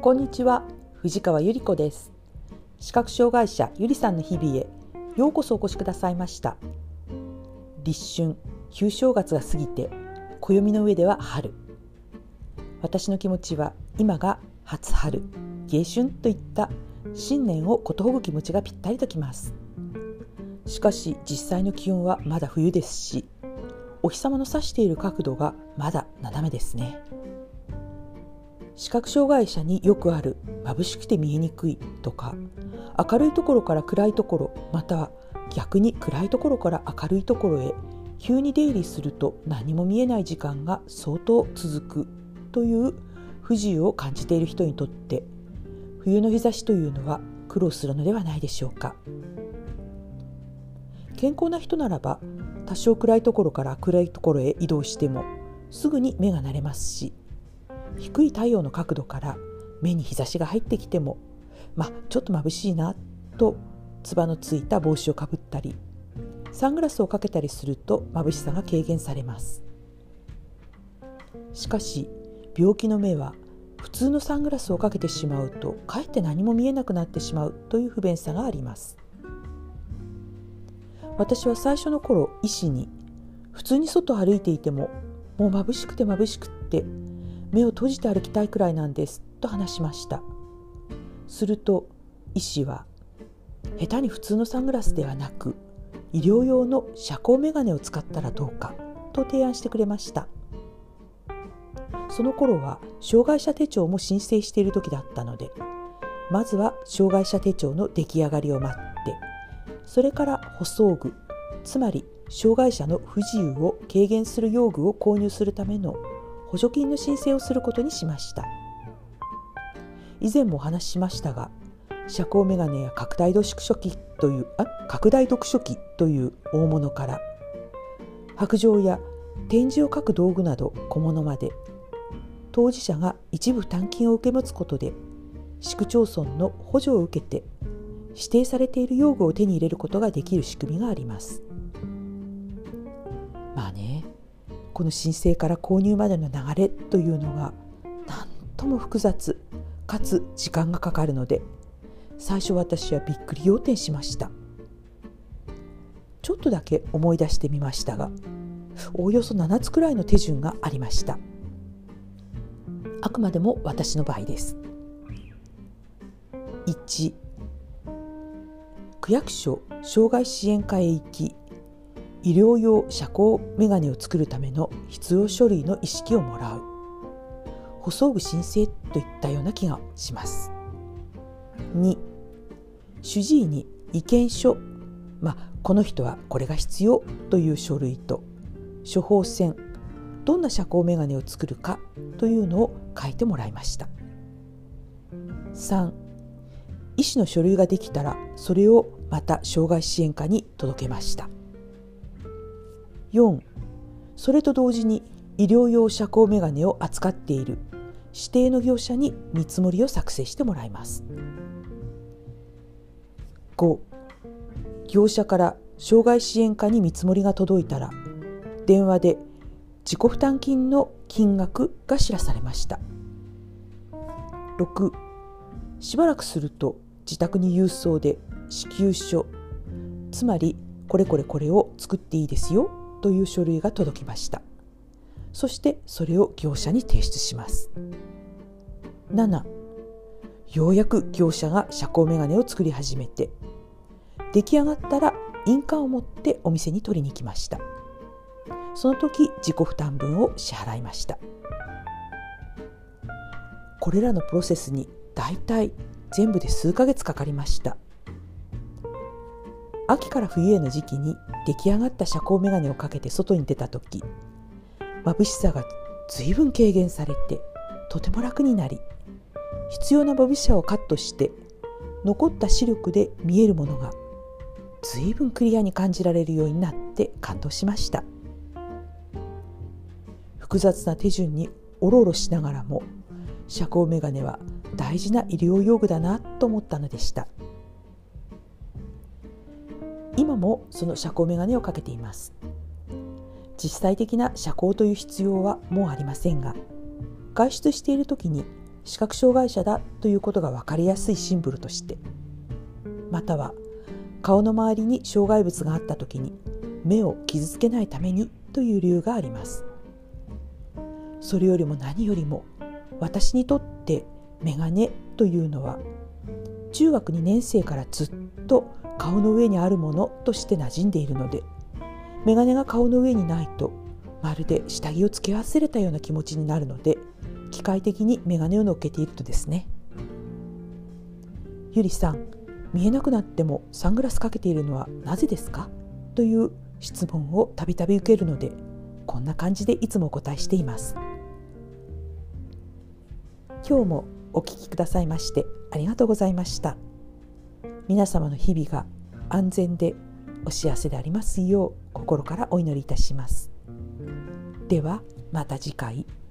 こんにちは、藤川ゆり子です。視覚障害者ゆりさんの日々へようこそお越しくださいました。立春、旧正月が過ぎて、暦の上では春。私の気持ちは今が初春、迎春といった新年をことほぐ気持ちがぴったりときます。しかし実際の気温はまだ冬ですし、お日様の差している角度がまだ斜めですね。視覚障害者によくある眩しくて見えにくいとか、明るいところから暗いところ、または逆に暗いところから明るいところへ急に出入りすると何も見えない時間が相当続くという不自由を感じている人にとって、冬の日差しというのは苦労するのではないでしょうか。健康な人ならば多少暗いところから暗いところへ移動してもすぐに目が慣れますし、低い太陽の角度から目に日差しが入ってきても、ちょっと眩しいなとつばのついた帽子をかぶったり、サングラスをかけたりすると眩しさが軽減されます。しかし病気の目は普通のサングラスをかけてしまうとかえって何も見えなくなってしまうという不便さがあります。私は最初の頃、医師に普通に外を歩いていてももう眩しくて目を閉じて歩きたいくらいなんですと話しました。すると医師は、下手に普通のサングラスではなく医療用の遮光メガネを使ったらどうかと提案してくれました。その頃は障害者手帳も申請している時だったので、まずは障害者手帳の出来上がりを待って、それから補装具、つまり障害者の不自由を軽減する用具を購入するための補助金の申請をすることにしました。以前もお話ししましたが、遮光メガネや拡大読書機という大物から、白杖や点字を書く道具など小物まで、当事者が一部負担金を受け持つことで市区町村の補助を受けて指定されている用具を手に入れることができる仕組みがあります。この申請から購入までの流れというのがなんとも複雑かつ時間がかかるので、最初私はびっくり仰天しました。ちょっとだけ思い出してみましたが、おおよそ7つくらいの手順がありました。あくまでも私の場合です。1、区役所障害支援課へ行き、医療用遮光メガネを作るための必要書類の意識をもらう。補装具申請といったような気がします。2、主治医に意見書、この人はこれが必要という書類と処方箋、どんな遮光メガネを作るかというのを書いてもらいました。3、医師の書類ができたらそれをまた障害支援課に届けました。4、それと同時に医療用遮光メガネを扱っている指定の業者に見積もりを作成してもらいます。5、業者から障害支援課に見積もりが届いたら、電話で自己負担金の金額が知らされました。6、しばらくすると自宅に郵送で支給書、つまりこれを作っていいですよという書類が届きました。そしてそれを業者に提出します。7、ようやく業者が遮光メガネを作り始めて、出来上がったら印鑑を持ってお店に取りに行きました。その時自己負担分を支払いました。これらのプロセスにだいたい全部で数ヶ月かかりました。秋から冬への時期に出来上がった遮光メガネをかけて外に出た時、眩しさが随分軽減されてとても楽になり、必要な眩しさをカットして残った視力で見えるものが随分クリアに感じられるようになって感動しました。複雑な手順におろおろしながらも、遮光メガネは大事な医療用具だなと思ったのでした。今もその遮光メガネをかけています。実際的な遮光という必要はもうありませんが、外出している時に視覚障害者だということが分かりやすいシンボルとして、または顔の周りに障害物があったときに目を傷つけないためにという理由があります。それよりも何よりも私にとってメガネというのは中学2年生からずっと顔の上にあるものとして馴染んでいるので、メガネが顔の上にないとまるで下着をつけ忘れたような気持ちになるので、機械的にメガネを乗っけているとですね。ゆりさん、見えなくなってもサングラスかけているのはなぜですかという質問をたびたび受けるので、こんな感じでいつもお答えしています。今日もお聞きくださいましてありがとうございました。皆様の日々が安全でお幸せでありますよう心からお祈りいたします。ではまた次回。